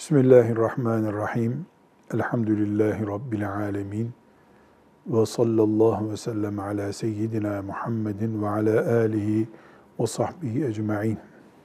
Bismillahirrahmanirrahim. Elhamdülillahi Rabbil alemin. Ve sallallahu ve sellem ala seyyidina Muhammedin ve ala alihi ve sahbihi ecma'in.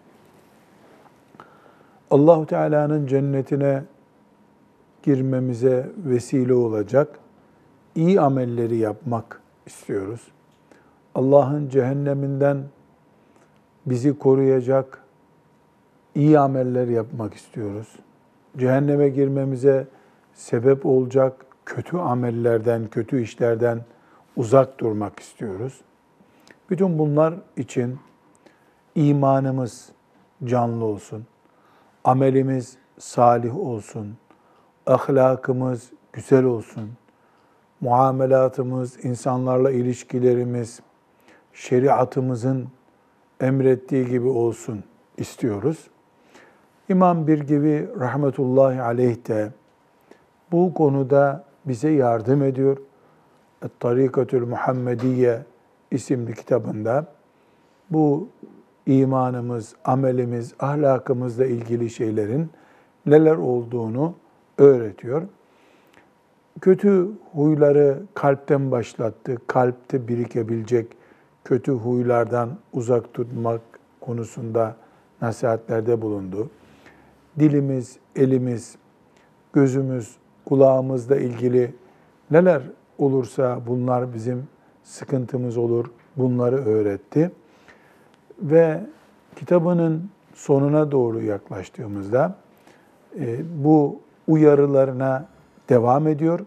Allah-u Teala'nın cennetine girmemize vesile olacak iyi amelleri yapmak istiyoruz. Allah'ın cehenneminden bizi koruyacak iyi ameller yapmak istiyoruz. Cehenneme girmemize sebep olacak kötü amellerden, kötü işlerden uzak durmak istiyoruz. Bütün bunlar için imanımız canlı olsun, amelimiz salih olsun, ahlakımız güzel olsun, muamelatımız, insanlarla ilişkilerimiz, şeriatımızın emrettiği gibi olsun istiyoruz. İmam Birgivi rahmetullahi aleyh de bu konuda bize yardım ediyor. Et-Tarikatül Muhammediye isimli kitabında bu imanımız, amelimiz, ahlakımızla ilgili şeylerin neler olduğunu öğretiyor. Kötü huyları kalpten başlattı. Kalpte birikebilecek kötü huylardan uzak tutmak konusunda nasihatlerde bulundu. Dilimiz, elimiz, gözümüz, kulağımızla ilgili neler olursa bunlar bizim sıkıntımız olur. Bunları öğretti. Ve kitabının sonuna doğru yaklaştığımızda bu uyarılarına devam ediyor.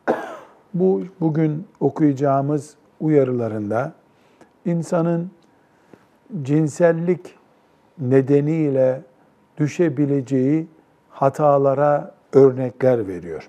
Bugün okuyacağımız uyarılarında insanın cinsellik nedeniyle düşebileceği hatalara örnekler veriyor.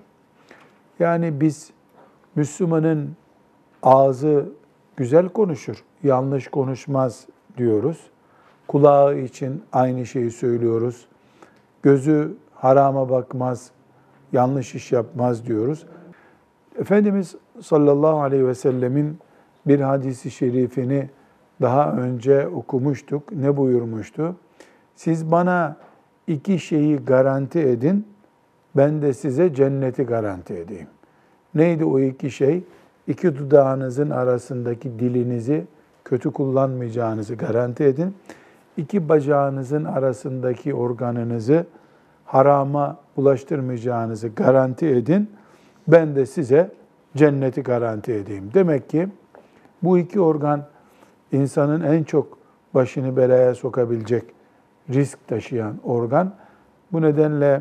Yani biz Müslümanın ağzı güzel konuşur, yanlış konuşmaz diyoruz. Kulağı için aynı şeyi söylüyoruz. Gözü harama bakmaz, yanlış iş yapmaz diyoruz. Efendimiz sallallahu aleyhi ve sellemin bir hadisi şerifini daha önce okumuştuk. Ne buyurmuştu? Siz bana iki şeyi garanti edin, ben de size cenneti garanti edeyim. Neydi o iki şey? İki dudağınızın arasındaki dilinizi kötü kullanmayacağınızı garanti edin. İki bacağınızın arasındaki organınızı harama bulaştırmayacağınızı garanti edin. Ben de size cenneti garanti edeyim. Demek ki bu iki organ insanın en çok başını belaya sokabilecek risk taşıyan organ. Bu nedenle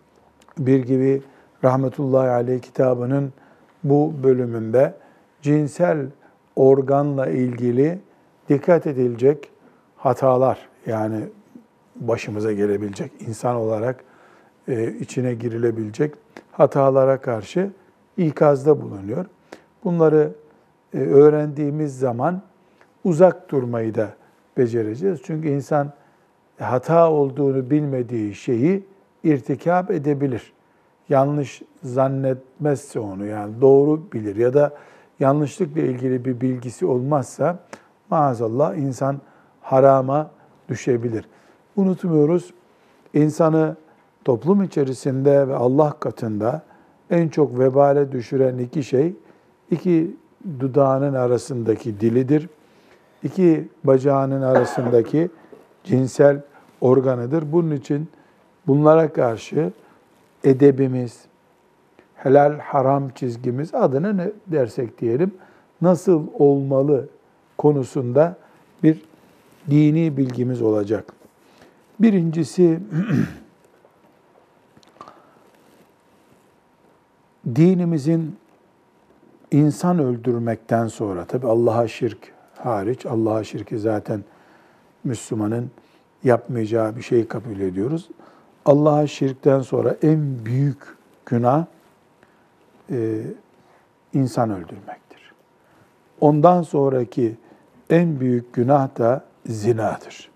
Birgivi rahmetullahi aleyh kitabının bu bölümünde cinsel organla ilgili dikkat edilecek hatalar, yani başımıza gelebilecek, insan olarak içine girilebilecek hatalara karşı ikazda bulunuyor. Bunları öğrendiğimiz zaman uzak durmayı da becereceğiz. Çünkü insan hata olduğunu bilmediği şeyi irtikap edebilir. Yanlış zannetmezse onu, yani doğru bilir ya da yanlışlıkla ilgili bir bilgisi olmazsa maazallah insan harama düşebilir. Unutmuyoruz, insanı toplum içerisinde ve Allah katında en çok vebale düşüren iki şey, iki dudağının arasındaki dilidir, iki bacağının arasındaki cinsel organıdır. Bunun için bunlara karşı edebimiz, helal haram çizgimiz, adına ne dersek diyelim, nasıl olmalı konusunda bir dini bilgimiz olacak. Birincisi, dinimizin insan öldürmekten sonra, tabi Allah'a şirk hariç, Allah'a şirki zaten Müslümanın yapmayacağı bir şey kabul ediyoruz. Allah'a şirkten sonra en büyük günah insan öldürmektir. Ondan sonraki en büyük günah da zinadır.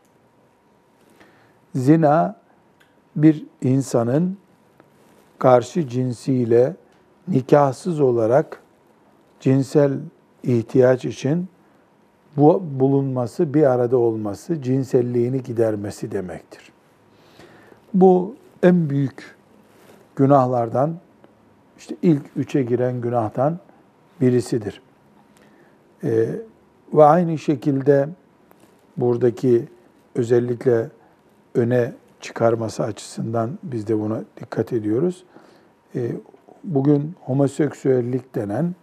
Zina, bir insanın karşı cinsiyle nikahsız olarak cinsel ihtiyaç için bulunması, bir arada olması, cinselliğini gidermesi demektir. Bu en büyük günahlardan, işte ilk üçe giren günahtan birisidir. Ve aynı şekilde buradaki özellikle öne çıkarması açısından biz de buna dikkat ediyoruz. Bugün homoseksüellik denen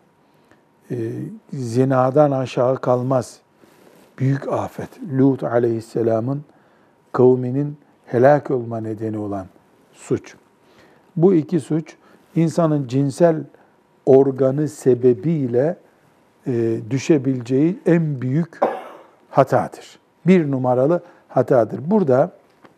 zinadan aşağı kalmaz büyük afet. Lut aleyhisselamın kavminin helak olma nedeni olan suç. Bu iki suç insanın cinsel organı sebebiyle düşebileceği en büyük hatadır. Bir numaralı hatadır. Burada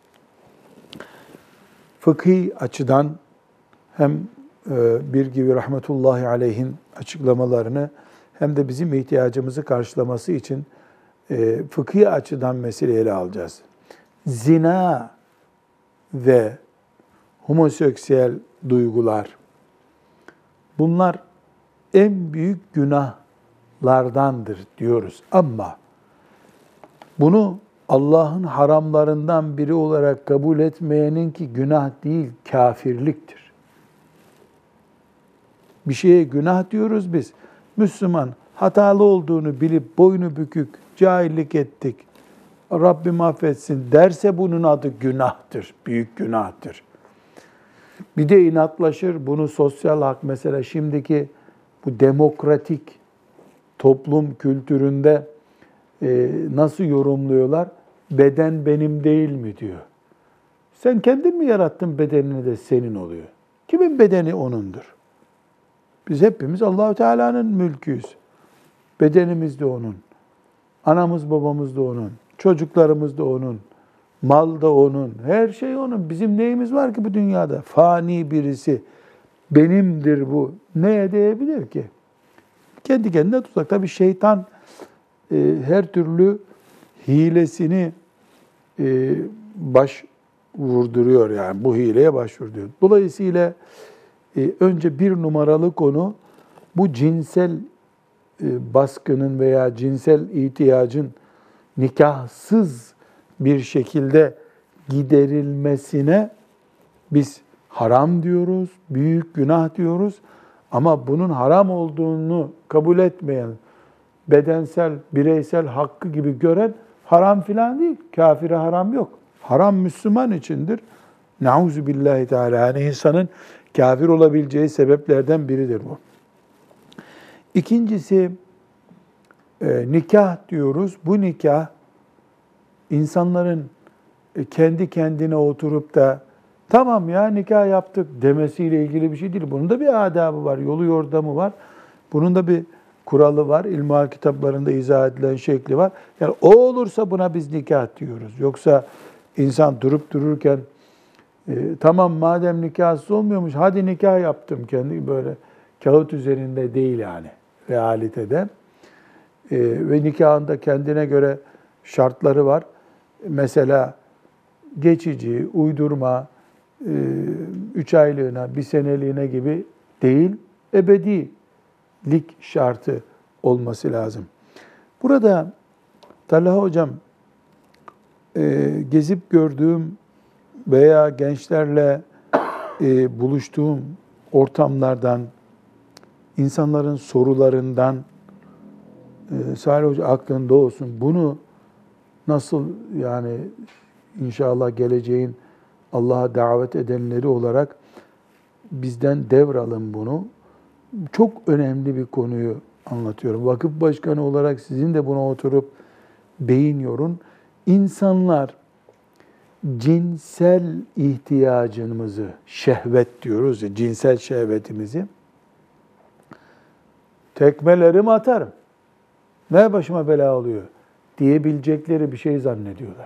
fıkhi açıdan hem bir gibi rahmetullahi aleyhin açıklamalarını hem de bizim ihtiyacımızı karşılaması için fıkhi açıdan meseleyi ele alacağız. Zina ve homoseksüel duygular, bunlar en büyük günahlardandır diyoruz. Ama bunu Allah'ın haramlarından biri olarak kabul etmeyeninki günah değil, kafirliktir. Bir şeye günah diyoruz biz. Müslüman hatalı olduğunu bilip boynu bükük, cahillik ettik, Rabbim affetsin derse bunun adı günahtır, büyük günahtır. Bir de inatlaşır, bunu sosyal hak, mesela şimdiki bu demokratik toplum kültüründe nasıl yorumluyorlar? Beden benim değil mi diyor. Sen kendin mi yarattın, bedenini de senin oluyor. Kimin bedeni onundur? Biz hepimiz Allah-u Teala'nın mülküyüz. Bedenimiz de onun. Anamız babamız da onun. Çocuklarımız da onun. Mal da onun. Her şey onun. Bizim neyimiz var ki bu dünyada? Fani birisi. Benimdir bu. Ne diyebilir ki? Kendi kendine tutsak. Tabii şeytan her türlü hilesini baş vurduruyor, yani bu hileye başvuruyor. Dolayısıyla önce bir numaralı konu bu cinsel baskının veya cinsel ihtiyacın nikahsız bir şekilde giderilmesine biz haram diyoruz, büyük günah diyoruz. Ama bunun haram olduğunu kabul etmeyen, bedensel, bireysel hakkı gibi gören haram filan değil. Kafire haram yok. Haram Müslüman içindir. Nauzu billahi teala. Yani insanın kafir olabileceği sebeplerden biridir bu. İkincisi nikah diyoruz. Bu nikah insanların kendi kendine oturup da tamam ya nikah yaptık demesiyle ilgili bir şey değil. Bunun da bir adabı var, yolu yordamı var. Bunun da bir kuralı var. İlmihal kitaplarında izah edilen şekli var. Yani o olursa buna biz nikah diyoruz. Yoksa insan durup dururken tamam madem nikahsız olmuyormuş hadi nikah yaptım, kendi böyle kağıt üzerinde değil yani realitede. Ve nikahında kendine göre şartları var. Mesela geçici, uydurma, 3 aylığına, 1 seneliğine gibi değil, ebedilik şartı olması lazım. Burada Talha Hocam, gezip gördüğüm veya gençlerle buluştuğum ortamlardan, insanların sorularından, Salih Hoca aklında olsun, bunu nasıl yani inşallah geleceğin Allah'a davet edenleri olarak bizden devralın bunu. Çok önemli bir konuyu anlatıyorum. Vakıf başkanı olarak sizin de buna oturup beyin yorun. İnsanlar cinsel ihtiyacımızı, şehvet diyoruz ya, cinsel şehvetimizi tekmelerimi atarım, ne başıma bela oluyor diyebilecekleri bir şey zannediyorlar.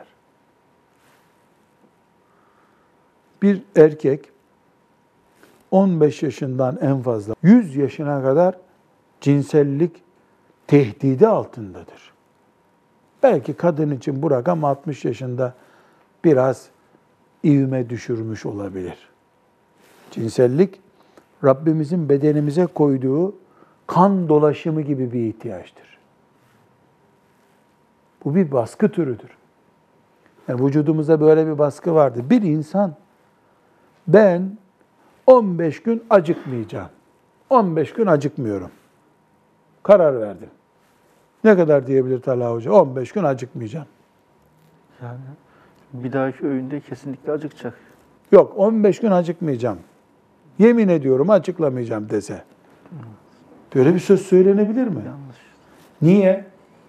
Bir erkek 15 yaşından en fazla 100 yaşına kadar cinsellik tehdidi altındadır. Belki kadın için bu rakam 60 yaşında biraz ivme düşürmüş olabilir. Cinsellik Rabbimizin bedenimize koyduğu kan dolaşımı gibi bir ihtiyaçtır. Bu bir baskı türüdür. Yani vücudumuzda böyle bir baskı vardır. Bir insan ben 15 gün acıkmayacağım. 15 gün acıkmıyorum. Karar verdim. Ne kadar diyebilir Talha Hoca? 15 gün acıkmayacağım. Yani bir dahaki öğünde kesinlikle acıkacak. Yok, 15 gün acıkmayacağım. Yemin ediyorum acıklamayacağım dese. Böyle bir söz söylenebilir mi? Yanlış. Niye?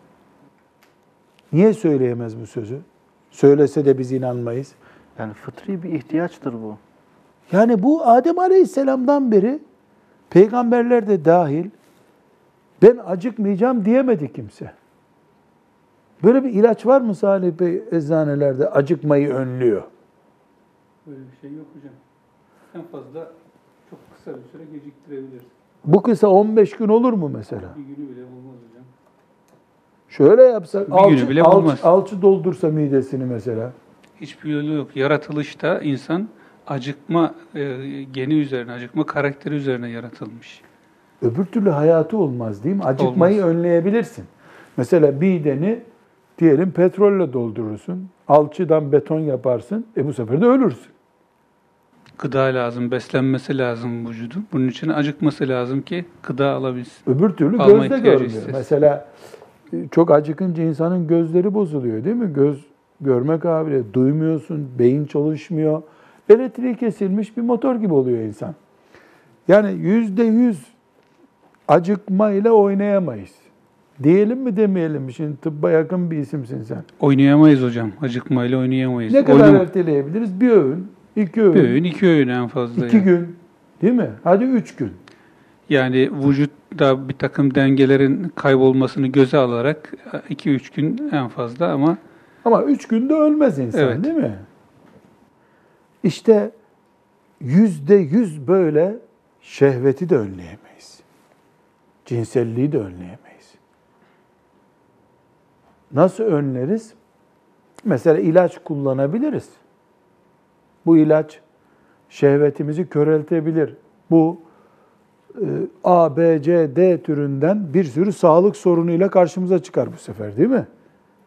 Niye söyleyemez bu sözü? Söylese de biz inanmayız. Yani fıtri bir ihtiyaçtır bu. Yani bu Adem Aleyhisselam'dan beri peygamberler de dahil ben acıkmayacağım diyemedi kimse. Böyle bir ilaç var mı Salih Bey eczanelerde acıkmayı önlüyor? Böyle bir şey yok hocam. En fazla çok kısa bir süre geciktirebilir. Bu kısa 15 gün olur mu mesela? Bir günü bile olmaz hocam. Şöyle yapsak, Bir günü bile olmaz. alçı doldursa midesini mesela. Hiçbir yolu yok. Yaratılışta insan acıkma geni üzerine, acıkma karakteri üzerine yaratılmış. Öbür türlü hayatı olmaz değil mi? Acıkmayı önleyebilirsin. Mesela mideni diyelim petrolle doldurursun. Alçıdan beton yaparsın. Bu sefer de ölürsün. Gıda lazım, beslenmesi lazım vücudun. Bunun için acıkması lazım ki gıda alabilsin. Öbür türlü Alma gözde ihtiyacı görmüyor. hissetsin. Mesela çok acıkınca insanın gözleri bozuluyor değil mi? Göz görme kabiliyeti, duymuyorsun, beyin çalışmıyor. Elektriği kesilmiş bir motor gibi oluyor insan. Yani %100 acıkmayla oynayamayız. Diyelim mi demeyelim mi? Şimdi tıbba yakın bir isimsin sen. Oynayamayız hocam. Acıkmayla oynayamayız. Ne kadar erteleyebiliriz? Bir öğün, iki öğün, Bir öğün, 2 öğün en fazla. 2 yani. gün değil mi? Hadi 3 gün. Yani vücutta bir takım dengelerin kaybolmasını göze alarak 2-3 gün en fazla Ama 3 günde ölmez insan Evet. değil mi? İşte %100 böyle şehveti de önleyemeyiz. Cinselliği de önleyemeyiz. Nasıl önleriz? Mesela ilaç kullanabiliriz. Bu ilaç şehvetimizi köreltebilir. Bu A, B, C, D türünden bir sürü sağlık sorunuyla karşımıza çıkar bu sefer değil mi?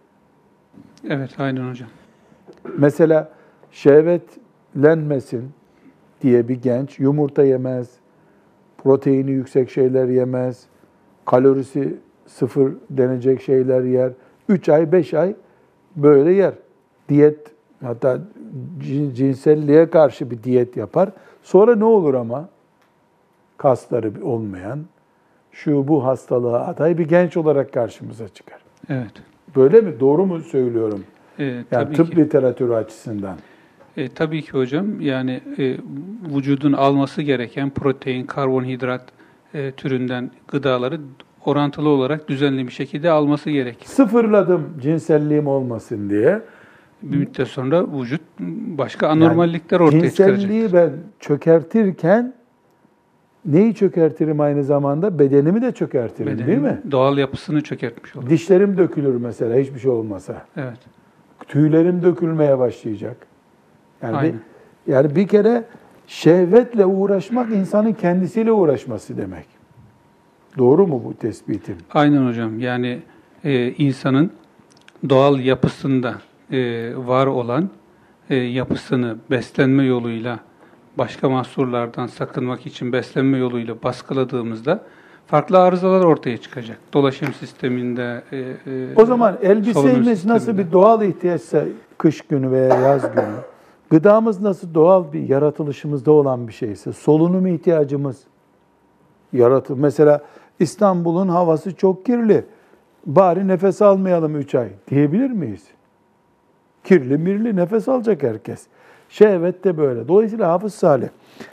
evet aynen hocam. Mesela şehvetlenmesin diye bir genç yumurta yemez, proteini yüksek şeyler yemez, kalorisi sıfır denecek şeyler yer. 3 ay, 5 ay böyle yer. Diyet, hatta cinselliğe karşı bir diyet yapar. Sonra ne olur ama? Kasları olmayan, şu bu hastalığa aday bir genç olarak karşımıza çıkar. Evet. Böyle mi? Doğru mu söylüyorum? Yani Tabii tıp ki. literatürü açısından. Tabii ki hocam. Yani vücudun alması gereken protein, karbonhidrat türünden gıdaları orantılı olarak düzenli bir şekilde alması gerekir. Sıfırladım cinselliğim olmasın diye. Bir müddet sonra vücut başka anormallikler ortaya çıkaracak. Cinselliği ben çökertirken neyi çökertirim aynı zamanda? Bedenimi de çökertirim değil mi? Doğal yapısını çökertmiş olur. Dişlerim dökülür mesela hiçbir şey olmasa. Evet. Tüylerim dökülmeye başlayacak. Aynen. Yani bir kere şehvetle uğraşmak insanın kendisiyle uğraşması demek. Doğru mu bu tespitim? Aynen hocam. Yani insanın doğal yapısında var olan yapısını beslenme yoluyla başka mahsurlardan sakınmak için beslenme yoluyla baskıladığımızda farklı arızalar ortaya çıkacak. Dolaşım sisteminde, O zaman elbisemiz solunum nasıl sisteminde. bir doğal ihtiyaçsa kış günü veya yaz günü, gıdamız nasıl doğal bir yaratılışımızda olan bir şeyse, solunum ihtiyacımız mesela İstanbul'un havası çok kirli. Bari nefes almayalım 3 ay diyebilir miyiz? Kirli mirli nefes alacak herkes. Şehvet de böyle. Dolayısıyla Hafız Salih,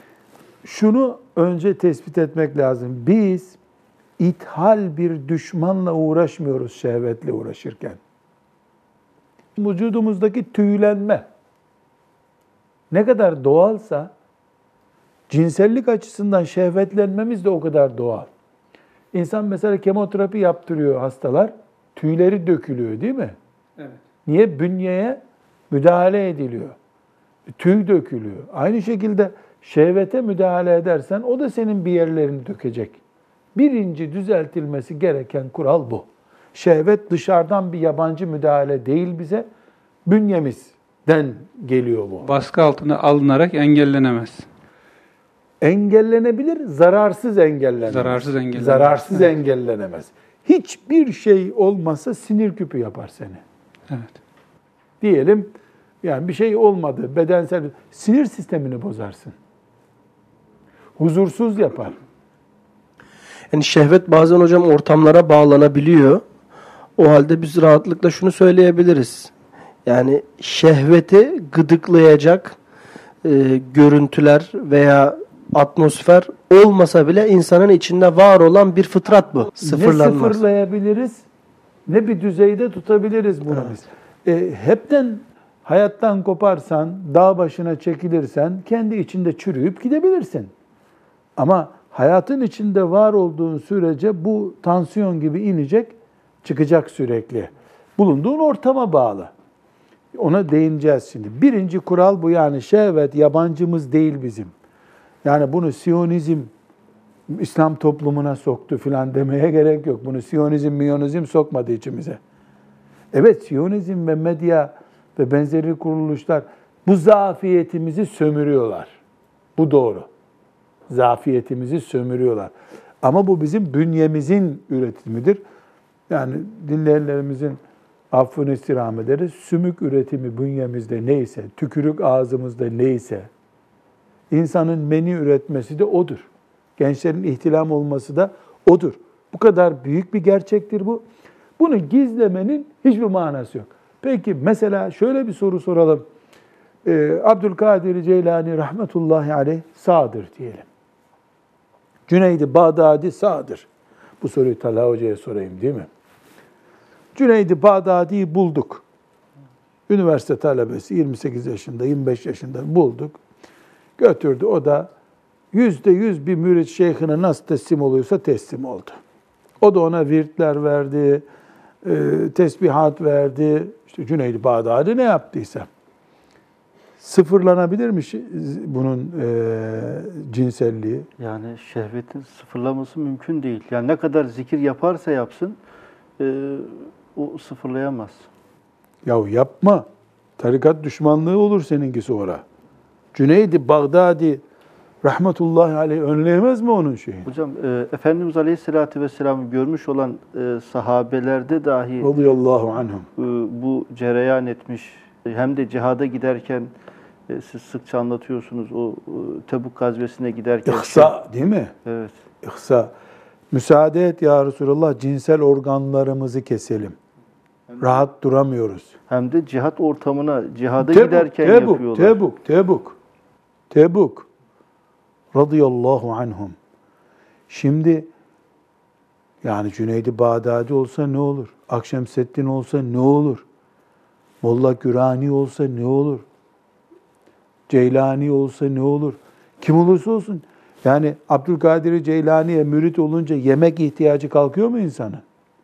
şunu önce tespit etmek lazım. Biz ithal bir düşmanla uğraşmıyoruz şehvetle uğraşırken. Vücudumuzdaki tüylenme ne kadar doğalsa cinsellik açısından şehvetlenmemiz de o kadar doğal. İnsan mesela kemoterapi yaptırıyor hastalar, tüyleri dökülüyor değil mi? Evet. Niye? Bünyeye müdahale ediliyor. Tüy dökülüyor. Aynı şekilde şehvete müdahale edersen o da senin bir yerlerini dökecek. Birinci düzeltilmesi gereken kural bu. Şehvet dışarıdan bir yabancı müdahale değil bize, bünyemizden geliyor bu. Baskı altına alınarak engellenemez. engellenebilir, zararsız engellenemez. Zararsız engellenemez. Zararsız engellenemez. Hiçbir şey olmasa sinir küpü yapar seni. Evet. Diyelim yani bir şey olmadı, bedensel sinir sistemini bozarsın. Huzursuz yapar. Yani şehvet bazen hocam ortamlara bağlanabiliyor. O halde biz rahatlıkla şunu söyleyebiliriz. Yani şehveti gıdıklayacak görüntüler veya atmosfer olmasa bile insanın içinde var olan bir fıtrat bu. Sıfırlanmaz. Ne sıfırlayabiliriz, ne bir düzeyde tutabiliriz bunu biz. Hepten hayattan koparsan, dağ başına çekilirsen, kendi içinde çürüyüp gidebilirsin. Ama hayatın içinde var olduğun sürece bu tansiyon gibi inecek, çıkacak sürekli. Bulunduğun ortama bağlı. Ona değineceğiz şimdi. Birinci kural bu, yani şehvet yabancımız değil bizim. Yani bunu Siyonizm İslam toplumuna soktu filan demeye gerek yok. Bunu Siyonizm, Miyonizm sokmadı içimize. Evet, Siyonizm ve medya ve benzeri kuruluşlar bu zafiyetimizi sömürüyorlar. Bu doğru. Zafiyetimizi sömürüyorlar. Ama bu bizim bünyemizin üretimidir. Yani dinleyenlerimizin affını istirham ederiz. Sümük üretimi bünyemizde neyse, tükürük ağzımızda neyse, insanın meni üretmesi de odur. Gençlerin ihtilam olması da odur. Bu kadar büyük bir gerçektir bu. Bunu gizlemenin hiçbir manası yok. Peki mesela şöyle bir soru soralım. Abdülkadir Ceylani rahmetullahi aleyh sağdır diyelim. Cüneyd-i Bağdadi sağdır. Bu soruyu Talha Hoca'ya sorayım değil mi? Cüneyd-i Bağdadi'yi bulduk. Üniversite talebesi 28 yaşında, 25 yaşında bulduk. Götürdü, o da %100 bir mürit şeyhine nasıl teslim oluyorsa teslim oldu. O da ona virtler verdi, tesbihat verdi. İşte Cüneyd-i Bağdadi ne yaptıysa. Sıfırlanabilir mi bunun cinselliği? Yani şehvetin sıfırlaması mümkün değil. Yani ne kadar zikir yaparsa yapsın o sıfırlayamaz. Yahu yapma. Tarikat düşmanlığı olur seninki sonra. Cüneyd-i Bağdadi rahmetullahi aleyh önleyemez mi onun şeyi? Hocam Efendimiz Aleyhisselatü Vesselam'ı görmüş olan sahabelerde dahi Radıyallahu anhum. bu cereyan etmiş. Hem de cihada giderken siz sıkça anlatıyorsunuz o Tebuk gazvesine giderken. İhsa değil mi? Evet. İhsa. Müsaade et ya Resulallah, cinsel organlarımızı keselim. Rahat duramıyoruz. Hem de cihat ortamına, cihada giderken yapıyorlar. Tebuk. Radıyallahu anhum. Şimdi yani Cüneyd-i Bağdadi olsa ne olur? Akşemseddin olsa ne olur? Molla Gürani olsa ne olur? Ceylani olsa ne olur? Kim olursa olsun. Yani Abdülkadir Ceylani'ye mürit olunca yemek ihtiyacı kalkıyor mu insanın?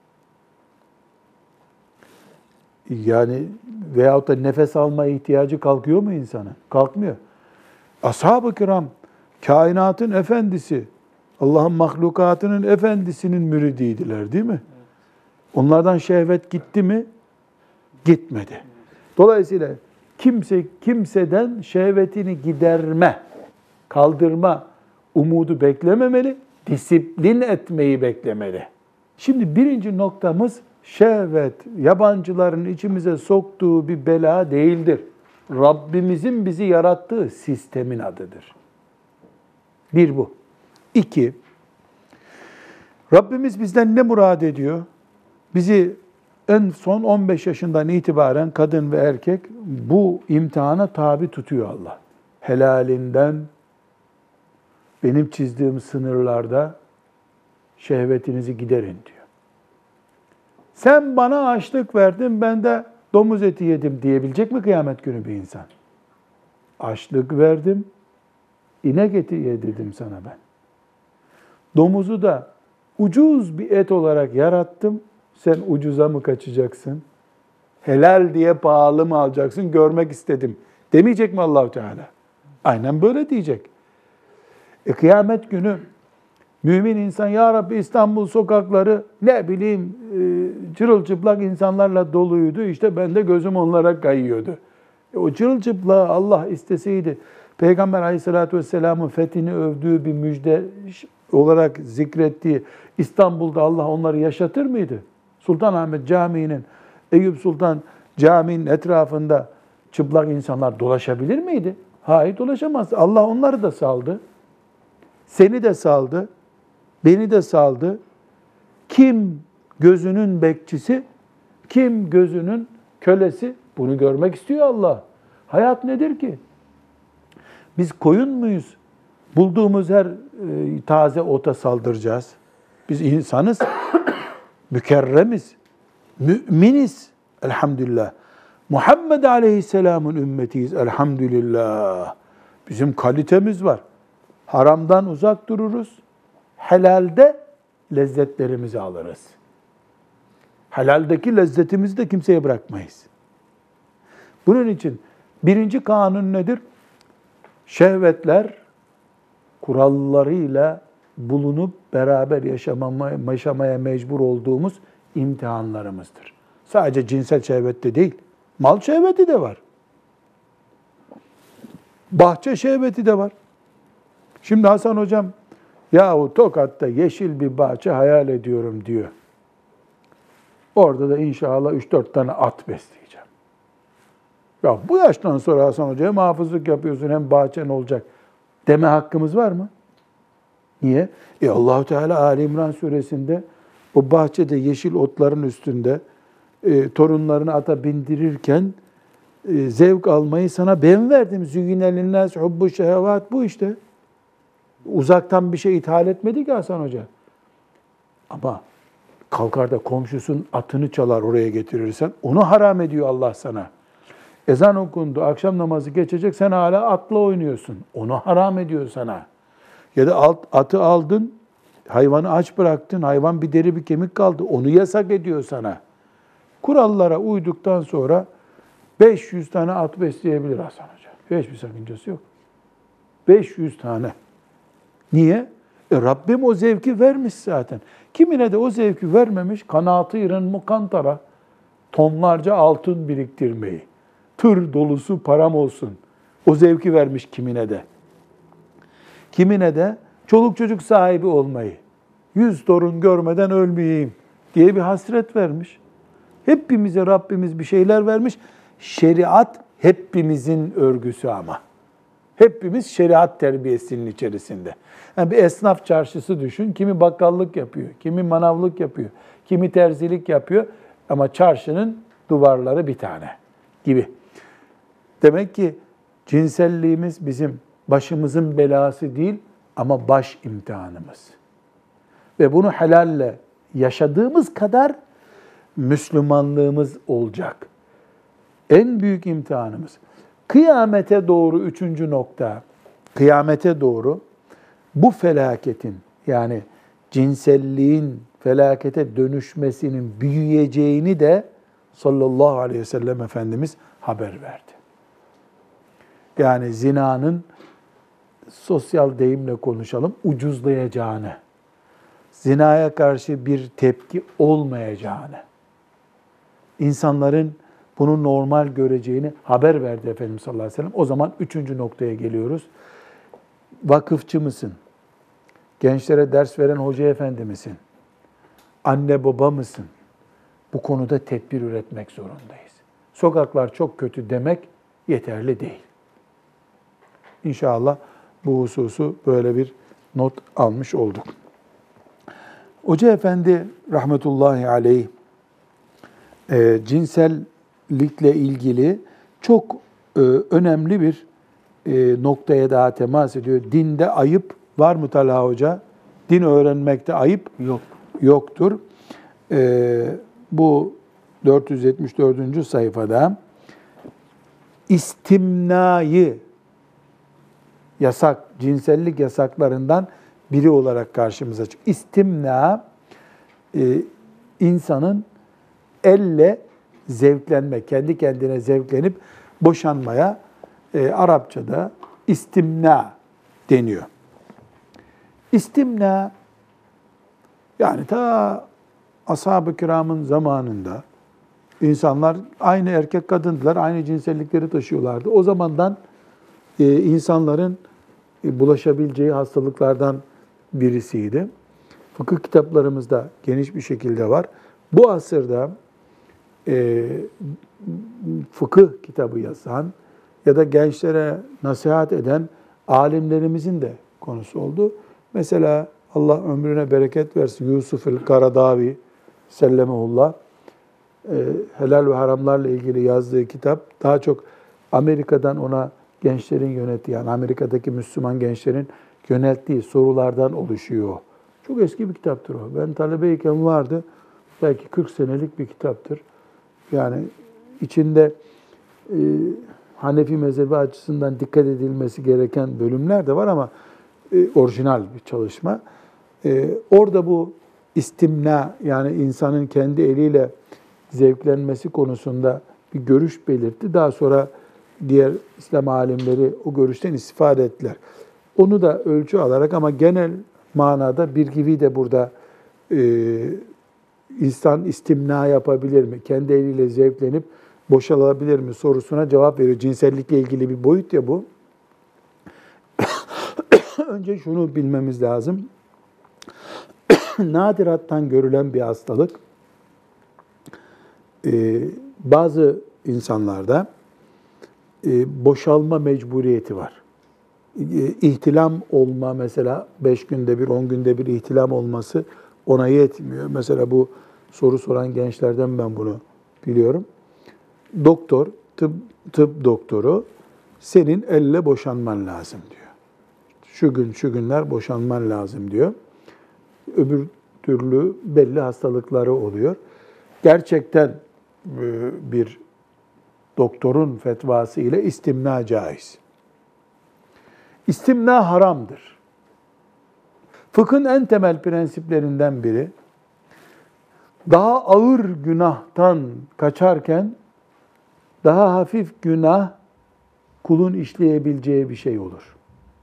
Yani veyahut da nefes alma ihtiyacı kalkıyor mu insanın? Kalkmıyor. Ashab-ı kiram, kainatın efendisi, Allah'ın mahlukatının efendisinin müridiydiler değil mi? Onlardan şehvet gitti mi? Gitmedi. Dolayısıyla kimse kimseden şehvetini giderme, kaldırma umudu beklememeli, disiplin etmeyi beklemeli. Şimdi birinci noktamız şehvet, yabancıların içimize soktuğu bir bela değildir. Rabbimizin bizi yarattığı sistemin adıdır. Bir bu. İki, Rabbimiz bizden ne murad ediyor? Bizi en son 15 yaşından itibaren kadın ve erkek bu imtihana tabi tutuyor Allah. Helalinden, benim çizdiğim sınırlarda şehvetinizi giderin diyor. Sen bana açlık verdin, ben de domuz eti yedim diyebilecek mi kıyamet günü bir insan? Açlık verdim, inek eti yedirdim sana ben. Domuzu da ucuz bir et olarak yarattım, sen ucuza mı kaçacaksın? Helal diye pahalı mı alacaksın? Görmek istedim. Demeyecek mi Allah-u Teala? Aynen böyle diyecek. Kıyamet günü mümin insan, ya Rabbi İstanbul sokakları ne bileyim çırılçıplak insanlarla doluydu. İşte ben de gözüm onlara kayıyordu. O çırılçıplağı Allah isteseydi Peygamber Aleyhisselatü Vesselam'ın fethini övdüğü bir müjde olarak zikrettiği İstanbul'da Allah onları yaşatır mıydı? Sultanahmet Camii'nin, Eyüp Sultan Camii'nin etrafında çıplak insanlar dolaşabilir miydi? Hayır, dolaşamaz. Allah onları da saldı. Seni de saldı. Beni de saldı. Kim gözünün bekçisi, kim gözünün kölesi? Bunu görmek istiyor Allah. Hayat nedir ki? Biz koyun muyuz? Bulduğumuz her taze ota saldıracağız. Biz insanız, mükerremiz, müminiz elhamdülillah. Muhammed Aleyhisselam'ın ümmetiyiz elhamdülillah. Bizim kalitemiz var. Haramdan uzak dururuz. Helalde lezzetlerimizi alırız. Helaldeki lezzetimizi de kimseye bırakmayız. Bunun için birinci kanun nedir? Şehvetler kurallarıyla bulunup beraber yaşamaya mecbur olduğumuz imtihanlarımızdır. Sadece cinsel şehvette değil, mal şehveti de var. Bahçe şehveti de var. Şimdi Hasan hocam, yahu Tokat'ta yeşil bir bahçe hayal ediyorum diyor. Orada da inşallah 3-4 tane at besleyeceğim. Ya bu yaştan sonra Hasan Hoca hem hafızlık yapıyorsun hem bahçen olacak deme hakkımız var mı? Niye? Allah-u Teala Ali İmran suresinde o bahçede yeşil otların üstünde torunlarını ata bindirirken zevk almayı sana ben verdim. Züyyine linnâs hubbu şehevât, bu işte. Uzaktan bir şey ithal etmedi ki Hasan Hoca. Ama kalkar da komşusun atını çalar oraya getirirsen, onu haram ediyor Allah sana. Ezan okundu, akşam namazı geçecek, sen hala atla oynuyorsun. Onu haram ediyor sana. Ya da atı aldın, hayvanı aç bıraktın, hayvan bir deri bir kemik kaldı, onu yasak ediyor sana. Kurallara uyduktan sonra 500 tane at besleyebilir Hasan Hoca. Hiçbir sakıncası yok. 500 tane. Niye? Rabbim o zevki vermiş zaten. Kimine de o zevki vermemiş, kanaatîren mukantara, tonlarca altın biriktirmeyi, tır dolusu param olsun, o zevki vermiş kimine de. Kimine de çoluk çocuk sahibi olmayı, 100 torun görmeden ölmeyeyim diye bir hasret vermiş. Hepimize Rabbimiz bir şeyler vermiş. Şeriat hepimizin örgüsü ama. Hepimiz şeriat terbiyesinin içerisinde. Yani bir esnaf çarşısı düşün. Kimi bakkallık yapıyor, kimi manavlık yapıyor, kimi terzilik yapıyor. Ama çarşının duvarları bir tane gibi. Demek ki cinselliğimiz bizim başımızın belası değil ama baş imtihanımız. Ve bunu helalle yaşadığımız kadar Müslümanlığımız olacak. En büyük imtihanımız. Kıyamete doğru üçüncü nokta, kıyamete doğru bu felaketin, yani cinselliğin felakete dönüşmesinin büyüyeceğini de sallallahu aleyhi ve sellem Efendimiz haber verdi. Yani zinanın, sosyal deyimle konuşalım, ucuzlayacağını, zinaya karşı bir tepki olmayacağını, insanların bunu normal göreceğini haber verdi Efendimiz sallallahu aleyhi ve sellem. O zaman üçüncü noktaya geliyoruz. Vakıfçı mısın? Gençlere ders veren hoca efendi misin? Anne baba mısın? Bu konuda tedbir üretmek zorundayız. Sokaklar çok kötü demek yeterli değil. İnşallah bu hususu böyle bir not almış olduk. Hoca efendi rahmetullahi aleyh cinsellikle ilgili çok önemli bir noktaya daha temas ediyor. Dinde ayıp var mı Talha Hoca? Din öğrenmekte ayıp Yok. yoktur. Bu 474. sayfada istimnayı yasak, cinsellik yasaklarından biri olarak karşımıza çıkıyor. İstimna, insanın elle zevklenme, kendi kendine zevklenip boşanmaya Arapçada istimna deniyor. İstimna, yani ta ashab-ı kiramın zamanında insanlar aynı erkek kadındılar, aynı cinsellikleri taşıyorlardı. O zamandan insanların bulaşabileceği hastalıklardan birisiydi. Fıkıh kitaplarımızda geniş bir şekilde var. Bu asırda fıkıh kitabı yazan ya da gençlere nasihat eden alimlerimizin de konusu oldu. Mesela Allah ömrüne bereket versin, Yusuf el-Karadavi sellemehullah, helal ve haramlarla ilgili yazdığı kitap daha çok Amerika'dan ona gençlerin yönettiği, yani Amerika'daki Müslüman gençlerin yönelttiği sorulardan oluşuyor. Çok eski bir kitaptır o. Ben talebeyken vardı. Belki 40 senelik bir kitaptır. Yani içinde Hanefi mezhebi açısından dikkat edilmesi gereken bölümler de var ama orijinal bir çalışma. Orada bu istimna, yani insanın kendi eliyle zevklenmesi konusunda bir görüş belirtti. Daha sonra diğer İslam alimleri o görüşten istifade ettiler. Onu da ölçü alarak ama genel manada bir gibi de burada insan istimna yapabilir mi? Kendi eliyle zevklenip boşalabilir mi sorusuna cevap veriyor. Cinsellikle ilgili bir boyut ya bu. Önce şunu bilmemiz lazım. Nadirattan görülen bir hastalık. Bazı insanlarda boşalma mecburiyeti var. İhtilam olma, mesela 5 günde bir, 10 günde bir ihtilam olması ona yetmiyor. Mesela bu soru soran gençlerden ben bunu biliyorum. Doktor, tıp doktoru senin elle boşanman lazım diyor. Şu gün, şu günler boşanman lazım diyor. Öbür türlü belli hastalıkları oluyor. Gerçekten bir doktorun fetvası ile istimna caiz. İstimna haramdır. Fıkhın en temel prensiplerinden biri, daha ağır günahtan kaçarken daha hafif günah kulun işleyebileceği bir şey olur.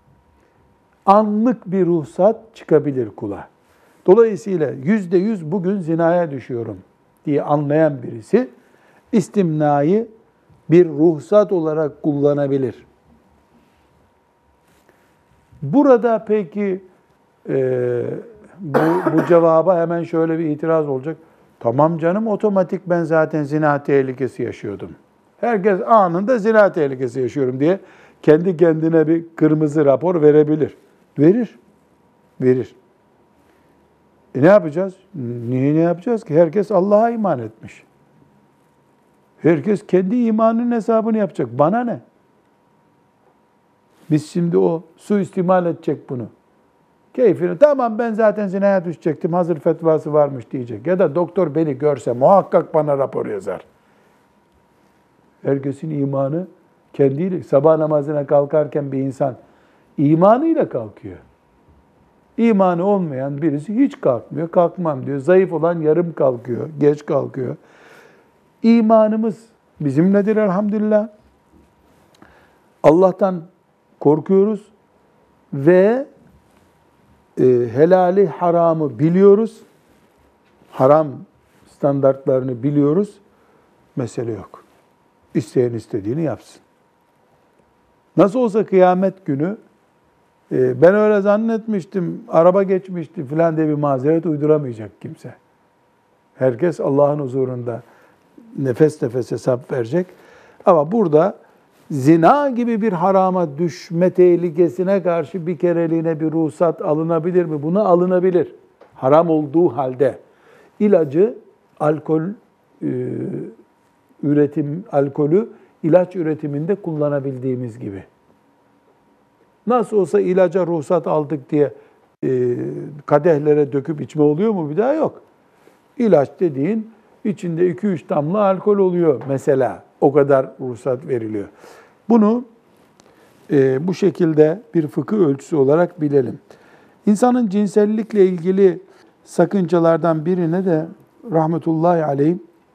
Anlık bir ruhsat çıkabilir kula. Dolayısıyla %100 bugün zinaya düşüyorum diye anlayan birisi istimnayı bir ruhsat olarak kullanabilir. Burada peki bu cevaba hemen şöyle bir itiraz olacak. Tamam canım, otomatik ben zaten zina tehlikesi yaşıyordum. Herkes anında zina tehlikesi yaşıyorum diye kendi kendine bir kırmızı rapor verebilir. Verir. Ne yapacağız? Niye ne yapacağız ki? Herkes Allah'a iman etmiş. Herkes kendi imanının hesabını yapacak. Bana ne? Biz şimdi o suistimal edecek bunu. Keyfini, tamam ben zaten zinaya düşecektim, hazır fetvası varmış diyecek. Ya da doktor beni görse muhakkak bana rapor yazar. Herkesin imanı kendiyle. Sabah namazına kalkarken bir insan imanıyla kalkıyor. İmanı olmayan birisi hiç kalkmıyor, kalkmam diyor. Zayıf olan yarım kalkıyor, geç kalkıyor. İmanımız bizimledir elhamdülillah. Allah'tan korkuyoruz ve helali haramı biliyoruz. Haram standartlarını biliyoruz. Mesele yok. İsteyen istediğini yapsın. Nasıl olsa kıyamet günü ben öyle zannetmiştim, araba geçmişti filan diye bir mazeret uyduramayacak kimse. Herkes Allah'ın huzurunda nefes nefes hesap verecek. Ama burada zina gibi bir harama düşme tehlikesine karşı bir kereliğine bir ruhsat alınabilir mi? Buna alınabilir. Haram olduğu halde. İlacı, alkolü ilaç üretiminde kullanabildiğimiz gibi. Nasıl olsa ilaca ruhsat aldık diye kadehlere döküp içme oluyor mu? Bir daha yok. İlaç dediğin içinde 2-3 damla alkol oluyor mesela. O kadar ruhsat veriliyor. Bunu bu şekilde bir fıkıh ölçüsü olarak bilelim. İnsanın cinsellikle ilgili sakıncalardan birine de rahmetullahi aleyh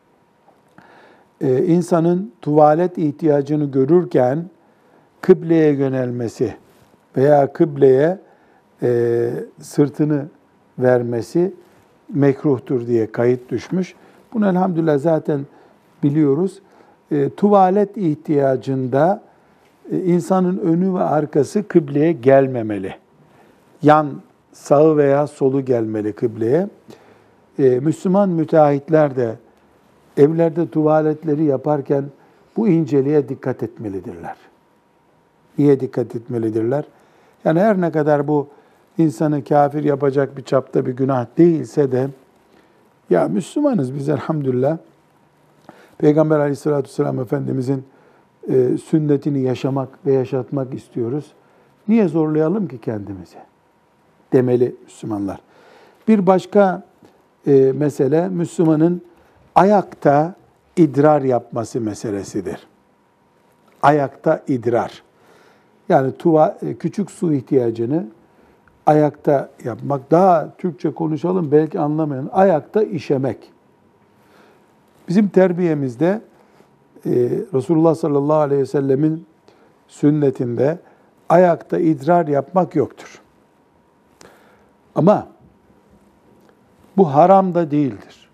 insanın tuvalet ihtiyacını görürken kıbleye yönelmesi veya kıbleye sırtını vermesi mekruhtur diye kayıt düşmüş. Bunu elhamdülillah zaten biliyoruz. Tuvalet ihtiyacında insanın önü ve arkası kıbleye gelmemeli. Yan, sağı veya solu gelmeli kıbleye. Müslüman müteahhitler de evlerde tuvaletleri yaparken bu inceliğe dikkat etmelidirler. Niye dikkat etmelidirler? Yani her ne kadar bu insanı kafir yapacak bir çapta bir günah değilse de ya Müslümanız biz elhamdülillah. Peygamber Aleyhisselatü Vesselam Efendimizin sünnetini yaşamak ve yaşatmak istiyoruz. Niye zorlayalım ki kendimizi? Demeli Müslümanlar. Bir başka mesele Müslümanın ayakta idrar yapması meselesidir. Ayakta idrar. Yani küçük su ihtiyacını ayakta yapmak. Daha Türkçe konuşalım belki anlamayan. Ayakta işemek. Bizim terbiyemizde Resulullah sallallahu aleyhi ve sellemin sünnetinde ayakta idrar yapmak yoktur. Ama bu haram da değildir.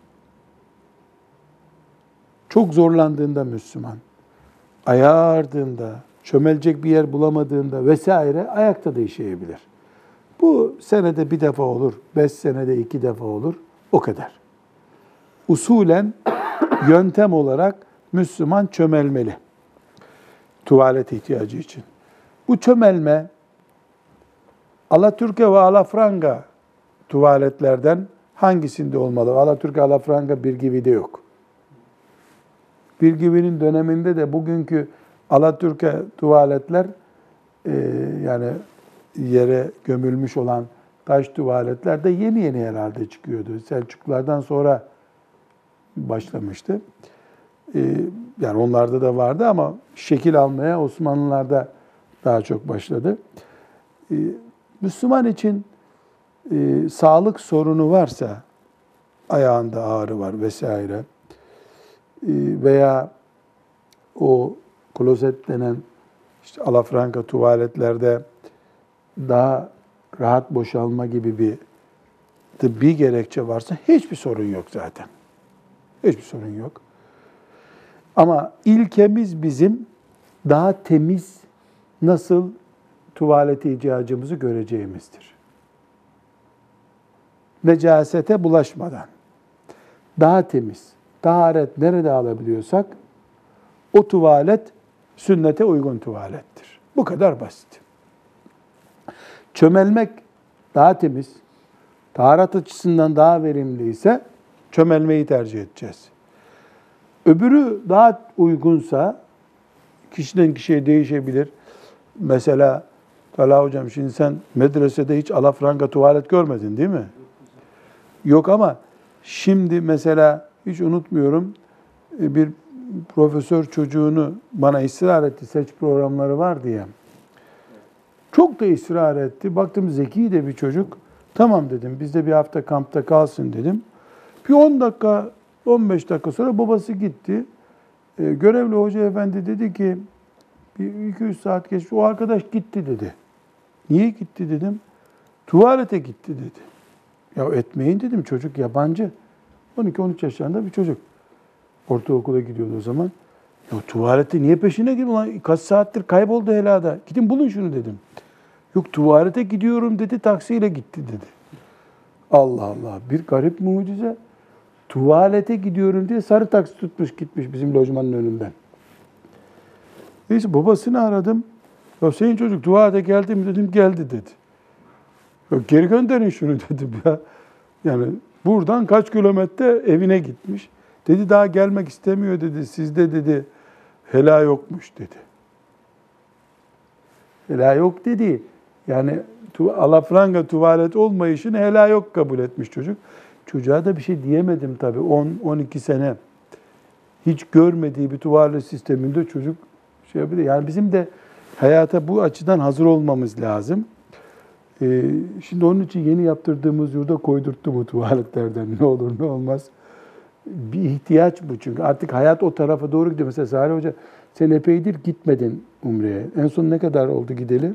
Çok zorlandığında Müslüman, ayağı ağrıdığında, çömelecek bir yer bulamadığında vesaire ayakta da işeyebilir. Bu senede bir defa olur, 5 senede 2 defa olur, o kadar. Usulen, yöntem olarak Müslüman çömelmeli. Tuvalet ihtiyacı için. Bu çömelme, Alaturka ve alafranga tuvaletlerden hangisinde olmalı? Alaturka, alafranga Birgivi'de yok. Birgivi'nin döneminde de bugünkü Alaturka tuvaletler yani yere gömülmüş olan taş tuvaletler de yeni herhalde çıkıyordu. Selçuklulardan sonra başlamıştı. Yani onlarda da vardı ama şekil almaya Osmanlılarda daha çok başladı. Müslüman için sağlık sorunu varsa, ayağında ağrı var vesaire veya o klozet denen işte alafranga tuvaletlerde daha rahat boşalma gibi bir tıbbi gerekçe varsa hiçbir sorun yok zaten. Hiçbir sorun yok. Ama ilkemiz bizim daha temiz nasıl tuvalete ihtiyacımızı göreceğimizdir. Necasete bulaşmadan, daha temiz, taharet nerede alabiliyorsak o tuvalet sünnete uygun tuvalettir. Bu kadar basit. Çömelmek daha temiz, taharet açısından daha verimliyse çömelmeyi tercih edeceğiz. Öbürü daha uygunsa kişiden kişiye değişebilir. Mesela Talha Hocam şimdi sen medresede hiç alafranga tuvalet görmedin değil mi? Yok ama şimdi mesela hiç unutmuyorum bir profesör çocuğunu bana ısrar etti. Seç programları var diye. Çok da ısrar etti. Baktım zeki de bir çocuk. Tamam dedim bizde bir hafta kampta kalsın dedim. Bir 10 dakika 15 dakika sonra babası gitti. Görevli hoca efendi dedi ki bir 2-3 saat geçti. O arkadaş gitti dedi. Niye gitti dedim. Tuvalete gitti dedi. Ya etmeyin dedim. Çocuk yabancı. 12-13 yaşlarında bir çocuk. Ortaokula gidiyordu o zaman. Ya tuvalete niye peşine gidiyor? Ulan kaç saattir kayboldu helada. Gidin bulun şunu dedim. Yok tuvalete gidiyorum dedi. Taksiyle gitti dedi. Allah Allah. Bir garip mucize. Tuvalete gidiyorum diye sarı taksi tutmuş gitmiş bizim lojmanın önünden. Neyse babasını aradım. Ya senin çocuk tuvalete geldi mi dedim. Geldi dedi. Ya geri gönderin şunu dedim ya. Yani buradan kaç kilometre evine gitmiş. Dedi daha gelmek istemiyor dedi. Sizde dedi hela yokmuş dedi. Hela yok dedi. Yani alafranga tuvalet olmayışını hela yok kabul etmiş çocuk. Çocuğa da bir şey diyemedim tabii. 10-12 sene hiç görmediği bir tuvalet sisteminde çocuk şey yapıyor. Yani bizim de hayata bu açıdan hazır olmamız lazım. Şimdi onun için yeni yaptırdığımız yurda koydurttu bu tuvaletlerden. Ne olur ne olmaz. Bir ihtiyaç bu çünkü. Artık hayat o tarafa doğru gidiyor. Mesela Salih Hoca sen epeydir gitmedin Umre'ye. En son ne kadar oldu gideli?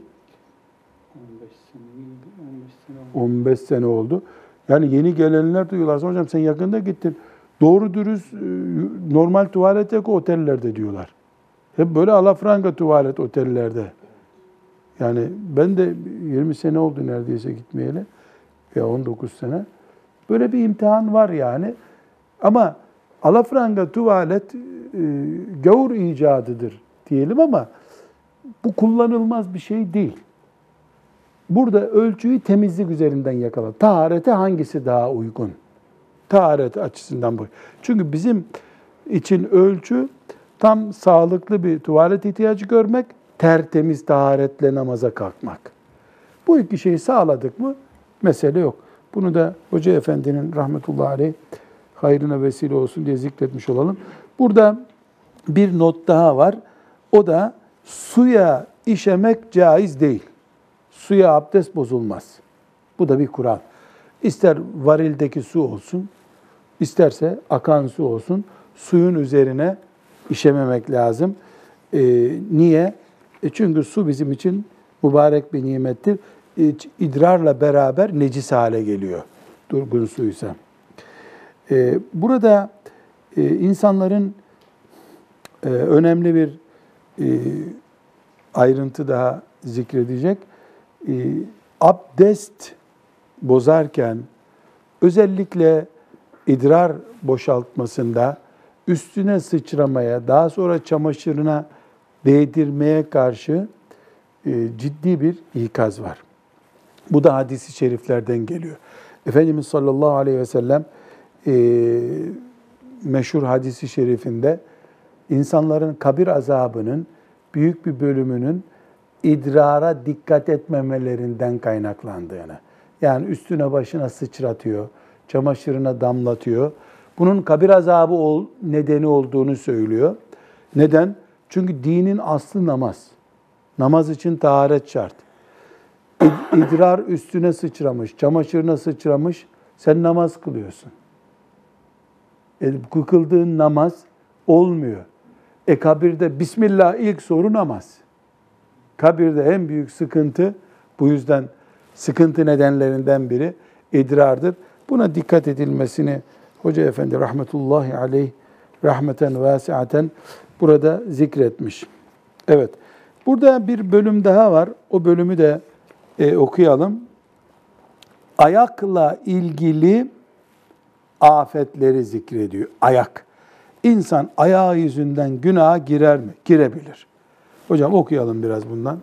15 sene oldu. Yani yeni gelenler diyorlar. Hocam sen yakında gittin. Doğru dürüst normal tuvalet yok otellerde diyorlar. Hep böyle alafranga tuvalet otellerde. Yani ben de 20 sene oldu neredeyse gitmeyeli. Ya 19 sene. Böyle bir imtihan var yani. Ama alafranga tuvalet gavur icadıdır diyelim ama bu kullanılmaz bir şey değil. Burada ölçüyü temizlik üzerinden yakala. Taharete hangisi daha uygun? Taharet açısından bak. Çünkü bizim için ölçü tam sağlıklı bir tuvalet ihtiyacı görmek, tertemiz taharetle namaza kalkmak. Bu iki şeyi sağladık mı mesele yok. Bunu da Hoca Efendi'nin rahmetullahi aleyh hayrına vesile olsun diye zikretmiş olalım. Burada bir not daha var. O da suya işemek caiz değil. Suya abdest bozulmaz. Bu da bir kural. İster varildeki su olsun, isterse akan su olsun, suyun üzerine işememek lazım. Niye? Çünkü su bizim için mübarek bir nimettir. İdrarla beraber necis hale geliyor. Durgun suysa. Burada insanların önemli bir ayrıntı daha zikredecek. Abdest bozarken özellikle idrar boşaltmasında üstüne sıçramaya, daha sonra çamaşırına değdirmeye karşı ciddi bir ikaz var. Bu da hadis-i şeriflerden geliyor. Efendimiz sallallahu aleyhi ve sellem meşhur hadis-i şerifinde insanların kabir azabının büyük bir bölümünün idrara dikkat etmemelerinden kaynaklandığını, yani üstüne başına sıçratıyor, çamaşırına damlatıyor. Bunun kabir azabı nedeni olduğunu söylüyor. Neden? Çünkü dinin aslı namaz. Namaz için taharet şart. İdrar üstüne sıçramış, çamaşırına sıçramış, sen namaz kılıyorsun. Kıldığın namaz olmuyor. Kabirde Bismillah ilk soru namaz. Kabirde en büyük sıkıntı, bu yüzden sıkıntı nedenlerinden biri idrardır. Buna dikkat edilmesini Hoca Efendi rahmetullahi aleyh rahmeten vasiaten burada zikretmiş. Evet. Burada bir bölüm daha var. O bölümü de okuyalım. Ayakla ilgili afetleri zikrediyor. Ayak. İnsan ayağı yüzünden günaha girer mi? Girebilir. Hocam okuyalım biraz bundan.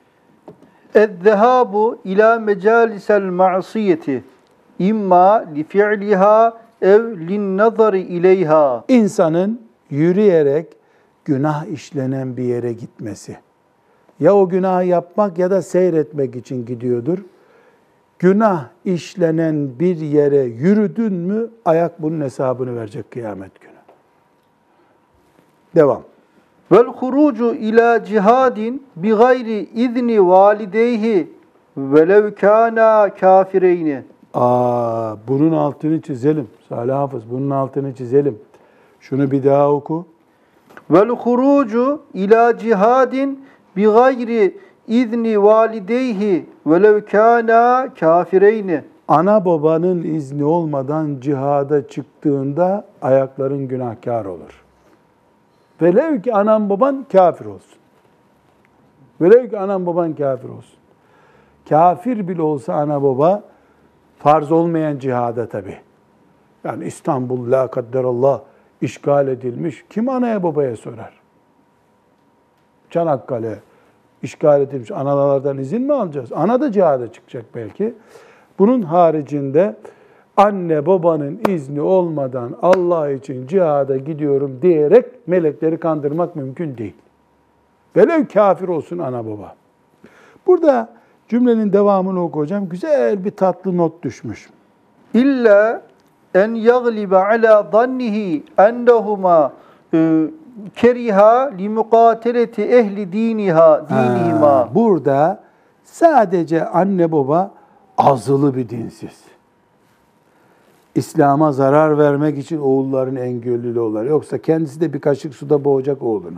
اَذَّهَابُ اِلَى مَجَالِسَ الْمَعْصِيَةِ اِمَّا لِفِعْلِهَا ev لِلنَّظَرِ اِلَيْهَا. İnsanın yürüyerek günah işlenen bir yere gitmesi. Ya o günahı yapmak ya da seyretmek için gidiyordur. Günah işlenen bir yere yürüdün mü ayak bunun hesabını verecek kıyamet günü. Devam. وَالْخُرُوجُ اِلَى cihadin بِغَيْرِ اِذْنِ والدeyhi وَلَوْ كَانَا كَافِرَيْنِ. Bunun altını çizelim. Salih Hafız bunun altını çizelim. Şunu bir daha oku. وَالْخُرُوجُ اِلَى cihadin بِغَيْرِ اِذْنِ والدeyhi وَلَوْ كَانَا كَافِرَيْنِ. Ana babanın izni olmadan cihada çıktığında ayakların günahkar olur. Velev ki anan baban kafir olsun. Velev ki anan baban kafir olsun. Kafir bile olsa ana baba farz olmayan cihada tabii. Yani İstanbul la kadderallah işgal edilmiş. Kim anaya babaya sorar? Çanakkale işgal edilmiş. Analardan izin mi alacağız? Ana da cihada çıkacak belki. Bunun haricinde anne babanın izni olmadan Allah için cihada gidiyorum diyerek melekleri kandırmak mümkün değil. Velev kafir olsun ana baba. Burada cümlenin devamını oku hocam. Güzel bir tatlı not düşmüş. İlla en yaglibe ala zannihi ennehuma keriha li mukateleti ehli dinihima. Burada sadece anne baba azılı bir dinsiz. İslam'a zarar vermek için oğulların en gönüllü oğulları. Yoksa kendisi de bir kaşık suda boğacak oğlunu.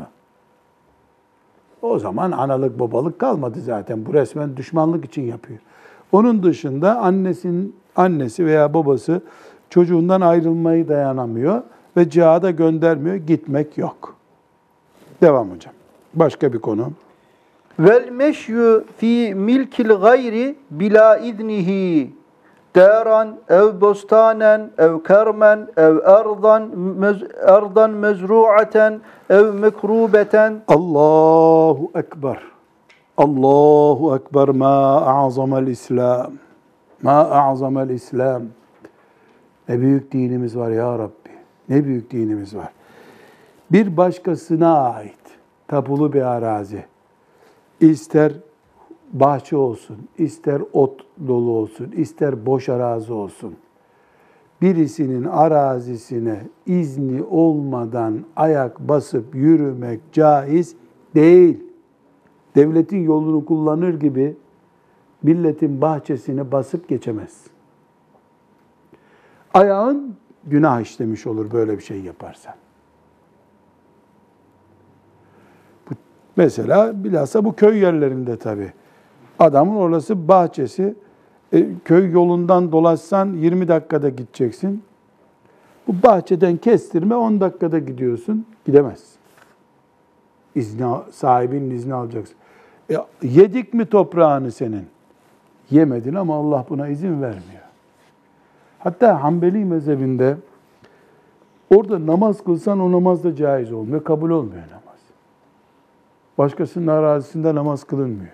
O zaman analık babalık kalmadı zaten. Bu resmen düşmanlık için yapıyor. Onun dışında annesi veya babası çocuğundan ayrılmayı dayanamıyor ve cihada göndermiyor. Gitmek yok. Devam hocam. Başka bir konu. Vel meşyu fi milkil gayri bila idnihi daran ev bostanen ev kermen ev erdan mezru'aten ev mekrubeten. Allahu Ekber. Allahu Ekber. Ma a'zamel İslam. Ma a'zamel İslam. Ne büyük dinimiz var ya Rabbi. Ne büyük dinimiz var. Bir başkasına ait tapulu bir arazi, İster bahçe olsun, ister ot dolu olsun, ister boş arazi olsun, birisinin arazisine izni olmadan ayak basıp yürümek caiz değil. Devletin yolunu kullanır gibi milletin bahçesine basıp geçemez. Ayağın günah işlemiş olur böyle bir şey yaparsan. Mesela bilhassa bu köy yerlerinde tabii. Adamın orası bahçesi. Köy yolundan dolaşsan 20 dakikada gideceksin. Bu bahçeden kestirme 10 dakikada gidiyorsun. Gidemezsin. Sahibinin izni alacaksın. Yedik mi toprağını senin? Yemedin ama Allah buna izin vermiyor. Hatta Hanbeli mezhebinde orada namaz kılsan o namaz da caiz olmuyor. Kabul olmuyor namaz. Başkasının arazisinde namaz kılınmıyor.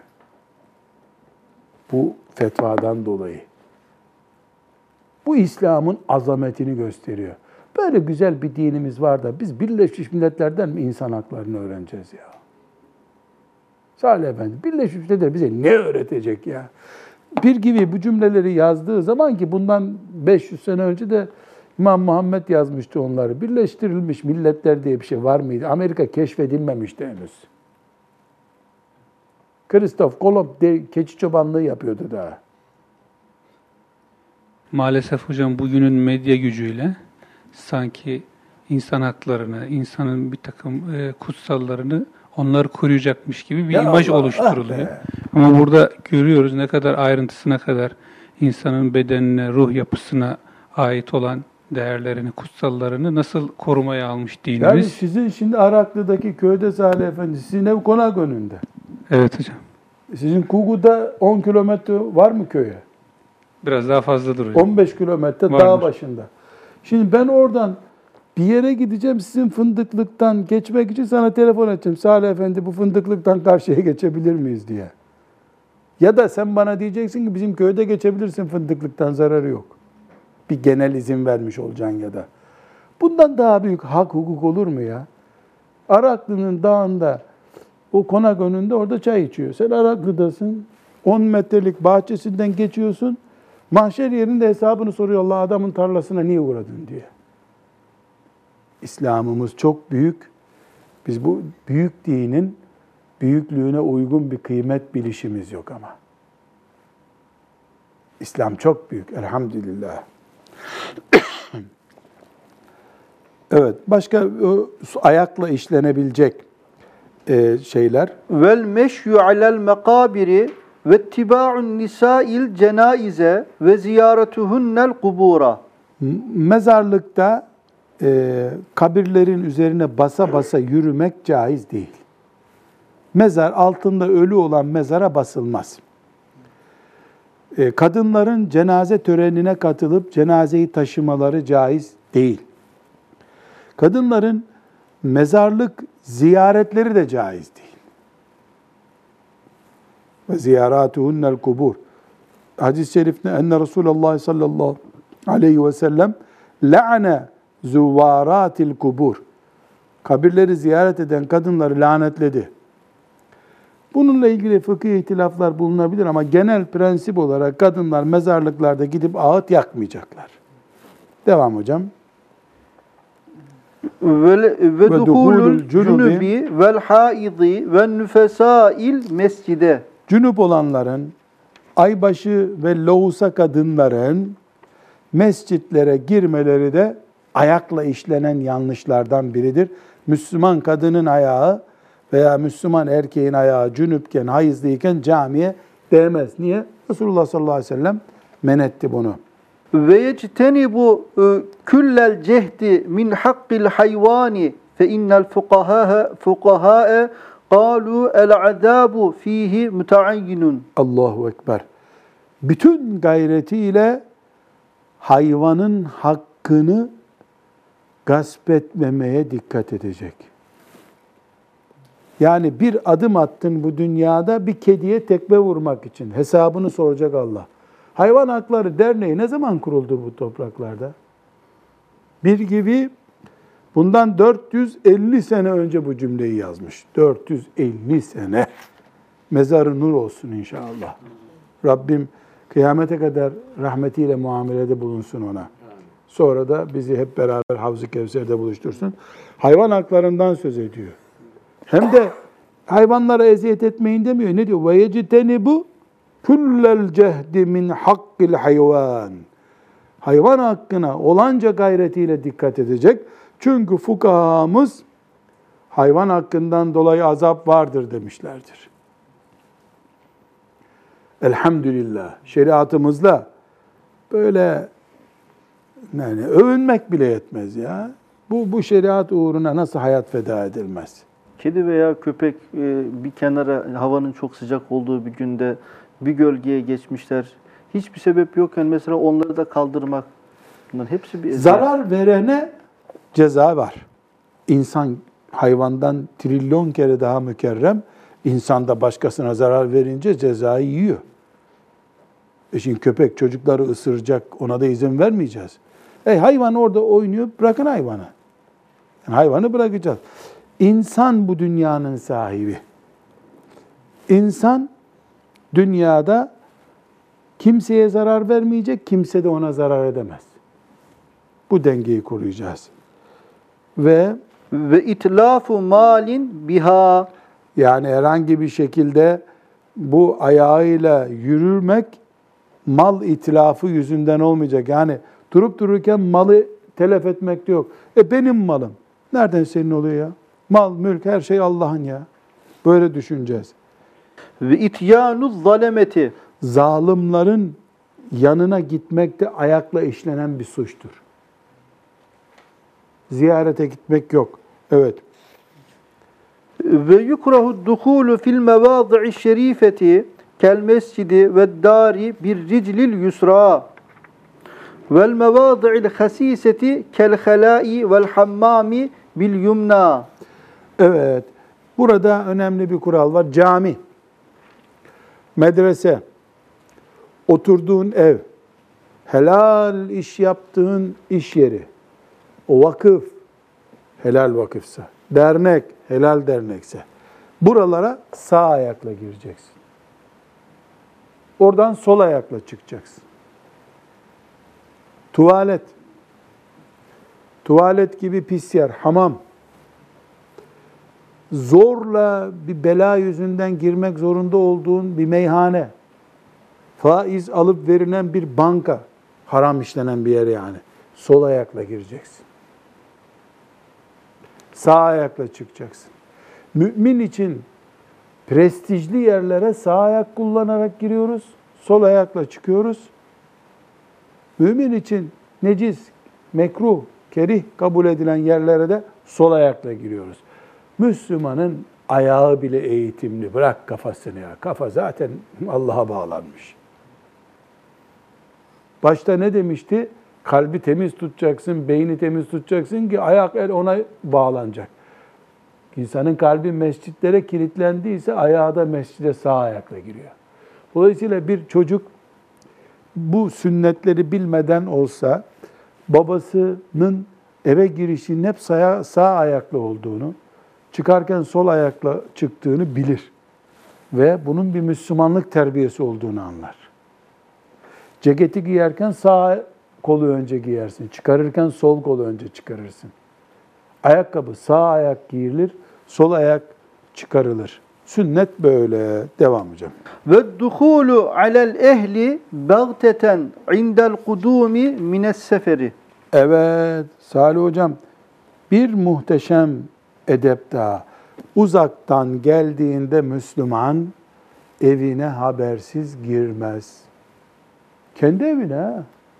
Bu fetvadan dolayı. Bu İslam'ın azametini gösteriyor. Böyle güzel bir dinimiz var da biz Birleşmiş Milletler'den mi insan haklarını öğreneceğiz ya? Salih Efendi, Birleşmiş Milletler bize ne öğretecek ya? Bir gibi bu cümleleri yazdığı zaman ki bundan 500 sene önce de İmam Muhammed yazmıştı onları. Birleştirilmiş milletler diye bir şey var mıydı? Amerika keşfedilmemişti henüz. Kristof Kolomb keçi çobanlığı yapıyordu daha. Maalesef hocam bugünün medya gücüyle sanki insan haklarını, insanın bir takım kutsallarını onları koruyacakmış gibi bir imaj oluşturuluyor. Ama burada görüyoruz ne kadar ayrıntısına kadar insanın bedenine, ruh yapısına ait olan değerlerini, kutsallarını nasıl korumaya almış dinimiz. Yani sizin şimdi Araklı'daki köyde Salih Efendi, sizin ev konak önünde. Evet hocam. Sizin Kugu'da 10 kilometre var mı köye? Biraz daha fazladır hocam. 15 kilometre dağ başında. Şimdi ben oradan bir yere gideceğim, sizin Fındıklık'tan geçmek için sana telefon edeceğim. Salih Efendi bu Fındıklık'tan karşıya geçebilir miyiz diye. Ya da sen bana diyeceksin ki bizim köyde geçebilirsin, Fındıklık'tan zararı yok. Bir genel izin vermiş olacaksın ya da. Bundan daha büyük hak hukuk olur mu ya? Araklı'nın dağında, o konak önünde orada çay içiyor. Sen Araklı'dasın, 10 metrelik bahçesinden geçiyorsun. Mahşer yerinde hesabını soruyor Allah, adamın tarlasına niye uğradın diye. İslam'ımız çok büyük. Biz bu büyük dinin büyüklüğüne uygun bir kıymet bilişimiz yok ama. İslam çok büyük elhamdülillah. Evet, başka ayakla işlenebilecek şeyler. Vel meşyu alel mekabiri ve ittiba'un nisa'il cenaize ve ziyaretuhunnel kubura. Mezarlıkta kabirlerin üzerine basa basa yürümek caiz değil. Mezar altında ölü olan mezara basılmaz. Kadınların cenaze törenine katılıp cenazeyi taşımaları caiz değil. Kadınların mezarlık ziyaretleri de caiz değil. Ve ziyaratuhunnel kubur. Hadis-i şerifte enne Resulullah sallallahu aleyhi ve sellem la'ane zuvaratil kubur. Kabirleri ziyaret eden kadınları lanetledi. Bununla ilgili fıkıh ihtilaflar bulunabilir ama genel prensip olarak kadınlar mezarlıklarda gidip ağıt yakmayacaklar. Devam hocam. Ve duhulul cunubi vel haidi ve nüfesail mescide. Cünüp olanların, aybaşı ve lohusa kadınların mescitlere girmeleri de ayakla işlenen yanlışlardan biridir. Müslüman kadının ayağı veya Müslüman erkeğin ayağı cünüpken, hayızlıyken camiye değmez. Niye? Resulullah sallallahu aleyhi ve sellem men etti bunu. Ve yectenibu küllel cehdi min hakkil hayvani fe innel fuqahâe قَالُوا الْعَذَابُ ف۪يهِ مُتَعَيِّنٌ. Allahu Ekber. Bütün gayretiyle hayvanın hakkını gasp etmemeye dikkat edecek. Yani bir adım attın bu dünyada bir kediye tekme vurmak için. Hesabını soracak Allah. Hayvan Hakları Derneği ne zaman kuruldu bu topraklarda? Bir gibi bundan 450 sene önce bu cümleyi yazmış. 450 sene. Mezarı nur olsun inşallah. Rabbim kıyamete kadar rahmetiyle muamelede bulunsun ona. Sonra da bizi hep beraber Havz-ı Kevser'de buluştursun. Hayvan haklarından söz ediyor. Hem de hayvanlara eziyet etmeyin demiyor. Ne diyor? وَيَجْتَنِبُ كُلَّ الْجَهْدِ مِنْ حَقِّ الْحَيْوَانِ. Hayvan hakkına olanca gayretiyle dikkat edecek. Çünkü fukahamız hayvan hakkından dolayı azap vardır demişlerdir. Elhamdülillah şeriatımızla böyle yani övünmek bile yetmez ya. Bu şeriat uğruna nasıl hayat feda edilmez? Kedi veya köpek bir kenara havanın çok sıcak olduğu bir günde bir gölgeye geçmişler. Hiçbir sebep yokken mesela onları da kaldırmak. Bunların hepsi bir eziyet. Zarar verene ceza var. İnsan hayvandan trilyon kere daha mükerrem. İnsan da başkasına zarar verince cezayı yiyor. Şimdi köpek çocukları ısıracak, ona da izin vermeyeceğiz. Hayvan orada oynuyor, bırakın hayvanı. Yani hayvanı bırakacağız. İnsan bu dünyanın sahibi. İnsan dünyada kimseye zarar vermeyecek, kimse de ona zarar edemez. Bu dengeyi koruyacağız. Ve itlafu malin biha. Yani herhangi bir şekilde bu ayağıyla yürürmek mal itlafı yüzünden olmayacak. Yani durup dururken malı telef etmek de yok. Benim malım. Nereden senin oluyor ya? Mal, mülk, her şey Allah'ın ya. Böyle düşüneceğiz. Ve ityanu zalemeti. Zalimlerin yanına gitmek de ayakla işlenen bir suçtur. Ziyarete gitmek yok. Evet. Ve yukrahu duhulu fil mevadi'i şerifeti kel mescidi ve dari bir riclil yusra vel mevadi'il hasiseti kel halai vel hammami bil yumna. Evet. Burada önemli bir kural var. Cami, medrese, oturduğun ev, helal iş yaptığın iş yeri, o vakıf, helal vakıfsa, dernek, helal dernekse, buralara sağ ayakla gireceksin. Oradan sol ayakla çıkacaksın. Tuvalet gibi pis yer, hamam, zorla bir bela yüzünden girmek zorunda olduğun bir meyhane, faiz alıp verilen bir banka, haram işlenen bir yer yani. Sol ayakla gireceksin. Sağ ayakla çıkacaksın. Mümin için prestijli yerlere sağ ayak kullanarak giriyoruz, sol ayakla çıkıyoruz. Mümin için necis, mekruh, kerih kabul edilen yerlere de sol ayakla giriyoruz. Müslümanın ayağı bile eğitimli. Bırak kafasını ya. Kafa zaten Allah'a bağlanmış. Başta ne demişti? Kalbi temiz tutacaksın, beyni temiz tutacaksın ki ayak el ona bağlanacak. İnsanın kalbi mescitlere kilitlendiyse ayağı da mescide sağ ayakla giriyor. Dolayısıyla bir çocuk bu sünnetleri bilmeden olsa babasının eve girişinin hep sağ ayaklı olduğunu, çıkarken sol ayakla çıktığını bilir. Ve bunun bir Müslümanlık terbiyesi olduğunu anlar. Ceketi giyerken sağ kolu önce giyersin. Çıkarırken sol kolu önce çıkarırsın. Ayakkabı sağ ayak giyilir, sol ayak çıkarılır. Sünnet böyle. Devam hocam. Ve duhulu alel ehli bagteten indel kudumi mines seferi. Evet Salih hocam, bir muhteşem edep daha. Uzaktan geldiğinde Müslüman evine habersiz girmez. Kendi evine.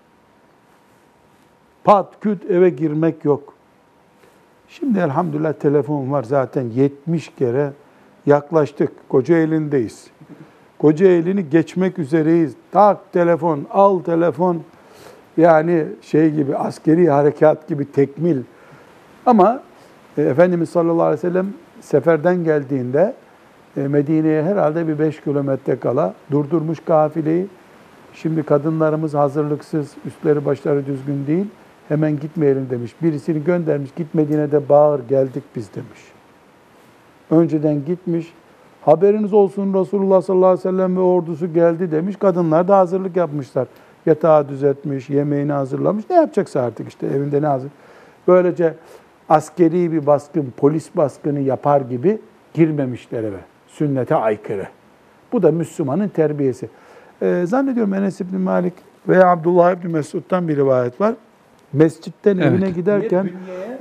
Pat küt eve girmek yok. Şimdi elhamdülillah telefon var zaten 70 kere yaklaştık. Kocaeli'ndeyiz. Kocaeli'ni geçmek üzereyiz. Tak telefon, al telefon. Yani şey gibi, askeri harekat gibi tekmil. Ama Efendimiz sallallahu aleyhi ve sellem seferden geldiğinde Medine'ye herhalde bir 5 kilometre kala durdurmuş kafileyi. Şimdi kadınlarımız hazırlıksız, üstleri başları düzgün değil. Hemen gitmeyelim demiş. Birisini göndermiş, git Medine'de bağır, geldik biz demiş. Önceden gitmiş, haberiniz olsun Resulullah sallallahu aleyhi ve sellem ve ordusu geldi demiş. Kadınlar da hazırlık yapmışlar. Yatağı düzeltmiş, yemeğini hazırlamış. Ne yapacaksa artık işte evinde ne hazır. Böylece askeri bir baskın, polis baskını yapar gibi girmemişler eve. Sünnete aykırı. Bu da Müslümanın terbiyesi. Zannediyorum Enes İbni Malik veya Abdullah İbni Mesud'dan bir rivayet var. Mescitten evine giderken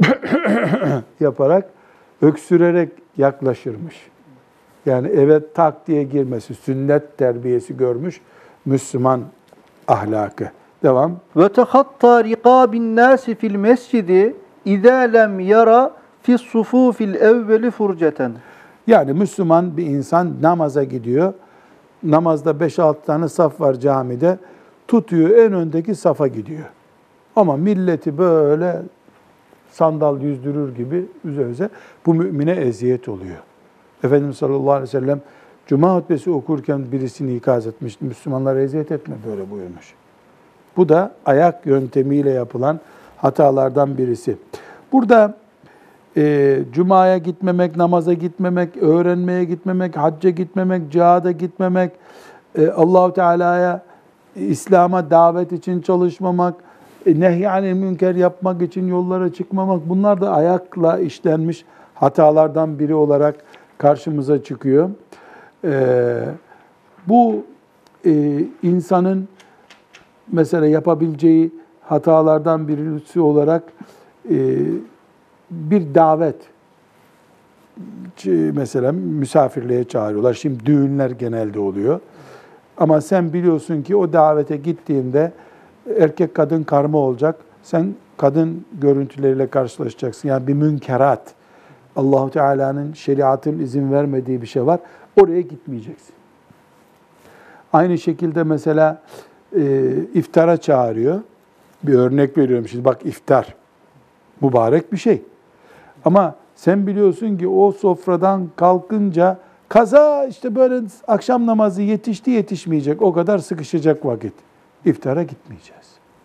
yaparak, öksürerek yaklaşırmış. Yani eve tak diye girmesi, sünnet terbiyesi görmüş Müslüman ahlakı. Devam. Ve tehatta riqabin nasi fil mescidi izâ lem yara fis sufufil evveli furceten. Yani Müslüman bir insan namaza gidiyor. Namazda 5-6 tane saf var camide. Tutuyor en öndeki safa gidiyor. Ama milleti böyle sandal yüzdürür gibi üze bu mümine eziyet oluyor. Efendimiz sallallahu aleyhi ve sellem Cuma hutbesi okurken birisini ikaz etmişti. Müslümanlara eziyet etme böyle buyurmuş. Bu da ayak yöntemiyle yapılan hatalardan birisi. Burada Cuma'ya gitmemek, namaza gitmemek, öğrenmeye gitmemek, hacca gitmemek, cihada gitmemek, Allah-u Teala'ya, İslam'a davet için çalışmamak, nehy-i münker yapmak için yollara çıkmamak, bunlar da ayakla işlenmiş hatalardan biri olarak karşımıza çıkıyor. Bu insanın mesela yapabileceği hatalardan birisi olarak bir davet, mesela misafirliğe çağırıyorlar. Şimdi düğünler genelde oluyor. Ama sen biliyorsun ki o davete gittiğinde erkek kadın karma olacak. Sen kadın görüntüleriyle karşılaşacaksın. Yani bir münkerat. Allah-u Teala'nın şeriatın izin vermediği bir şey var. Oraya gitmeyeceksin. Aynı şekilde mesela iftara çağırıyor. Bir örnek veriyorum şimdi. Bak iftar. Mübarek bir şey. Ama sen biliyorsun ki o sofradan kalkınca kaza işte böyle akşam namazı yetişti yetişmeyecek. O kadar sıkışacak vakit. İftara gitmeyeceğiz.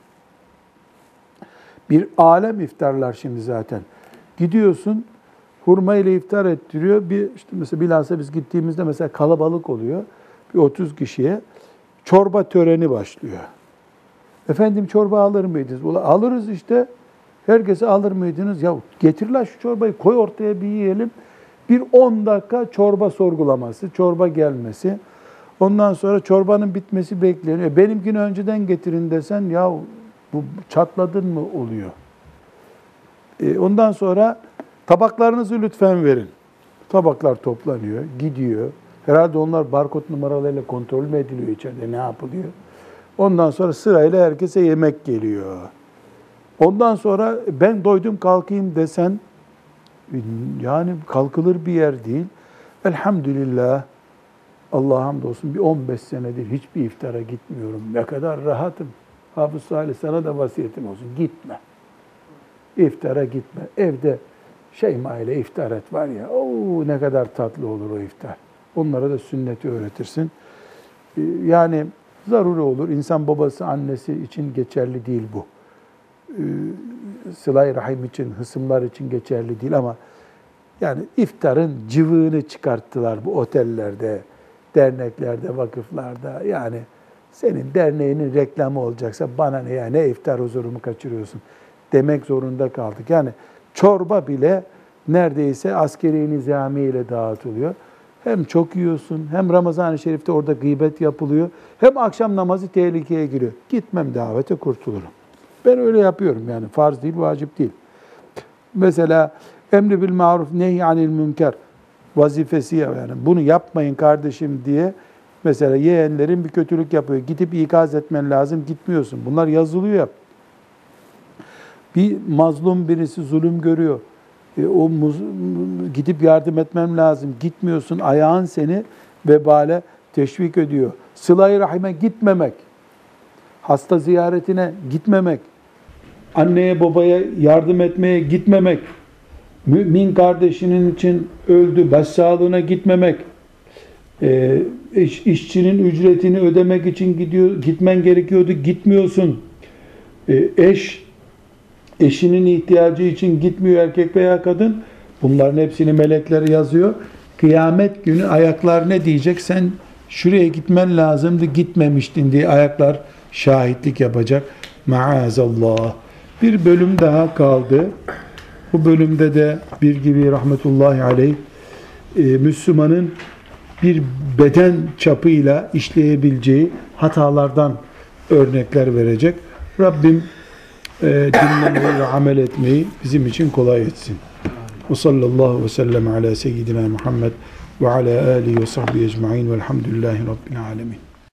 Bir alem iftarlar şimdi zaten. Gidiyorsun hurma ile iftar ettiriyor. İşte mesela bilhassa biz gittiğimizde mesela kalabalık oluyor. Bir 30 kişiye çorba töreni başlıyor. Efendim çorba alır mıydınız? Alırız işte. Herkese alır mıydınız? Ya getirler şu çorbayı koy ortaya bir yiyelim. Bir 10 dakika çorba sorgulaması, çorba gelmesi. Ondan sonra çorbanın bitmesi bekleniyor. Benimkini önceden getirin desen ya bu çatladın mı oluyor. Ondan sonra tabaklarınızı lütfen verin. Tabaklar toplanıyor, gidiyor. Herhalde onlar barkod numaralarıyla kontrol mü ediliyor içeride, ne yapılıyor? Ondan sonra sırayla herkese yemek geliyor. Ondan sonra ben doydum kalkayım desen, yani kalkılır bir yer değil. Elhamdülillah, Allah'a hamdolsun bir 15 senedir hiçbir iftara gitmiyorum. Ne kadar rahatım. Hafız Salih sana da vasiyetim olsun. Gitme. İftara gitme. Evde Şeyma ile iftar et var ya, ne kadar tatlı olur o iftar. Onlara da sünneti öğretirsin. Yani zaruri olur. İnsan babası, annesi için geçerli değil bu. Sıla-i Rahim için, hısımlar için geçerli değil ama yani iftarın cıvığını çıkarttılar bu otellerde, derneklerde, vakıflarda. Yani senin derneğinin reklamı olacaksa bana ne ya, ne iftar huzurumu kaçırıyorsun demek zorunda kaldık. Yani çorba bile neredeyse askeri nizami ile dağıtılıyor. Hem çok yiyorsun, hem Ramazan-ı Şerif'te orada gıybet yapılıyor, hem akşam namazı tehlikeye giriyor. Gitmem davete, kurtulurum. Ben öyle yapıyorum yani. Farz değil, vacip değil. Mesela emri bil maruf nehy anil münker vazifesi yani. Bunu yapmayın kardeşim diye mesela yeğenlerin bir kötülük yapıyor. Gidip ikaz etmen lazım, gitmiyorsun. Bunlar yazılıyor. Bir mazlum birisi zulüm görüyor. Gidip yardım etmem lazım. Gitmiyorsun. Ayağın seni vebale teşvik ediyor. Sıla-i rahime gitmemek, hasta ziyaretine gitmemek, anneye babaya yardım etmeye gitmemek, mümin kardeşinin için öldü, başsağlığına gitmemek, işçinin ücretini ödemek için gitmen gerekiyordu, gitmiyorsun. Eşinin ihtiyacı için gitmiyor, erkek veya kadın. Bunların hepsini melekler yazıyor. Kıyamet günü ayaklar ne diyecek? Sen şuraya gitmen lazımdı, gitmemiştin diye ayaklar şahitlik yapacak. Maazallah. Bir bölüm daha kaldı. Bu bölümde de bir gibi rahmetullahi aleyh Müslümanın bir beden çapıyla işleyebileceği hatalardan örnekler verecek. Rabbim dinlemeyi ve amel etmeyi bizim için kolay etsin. Ve sallallahu ve sellem ala seyyidina Muhammed ve ala alihi ve sahbihi ecma'in velhamdülillahi rabbil alemin.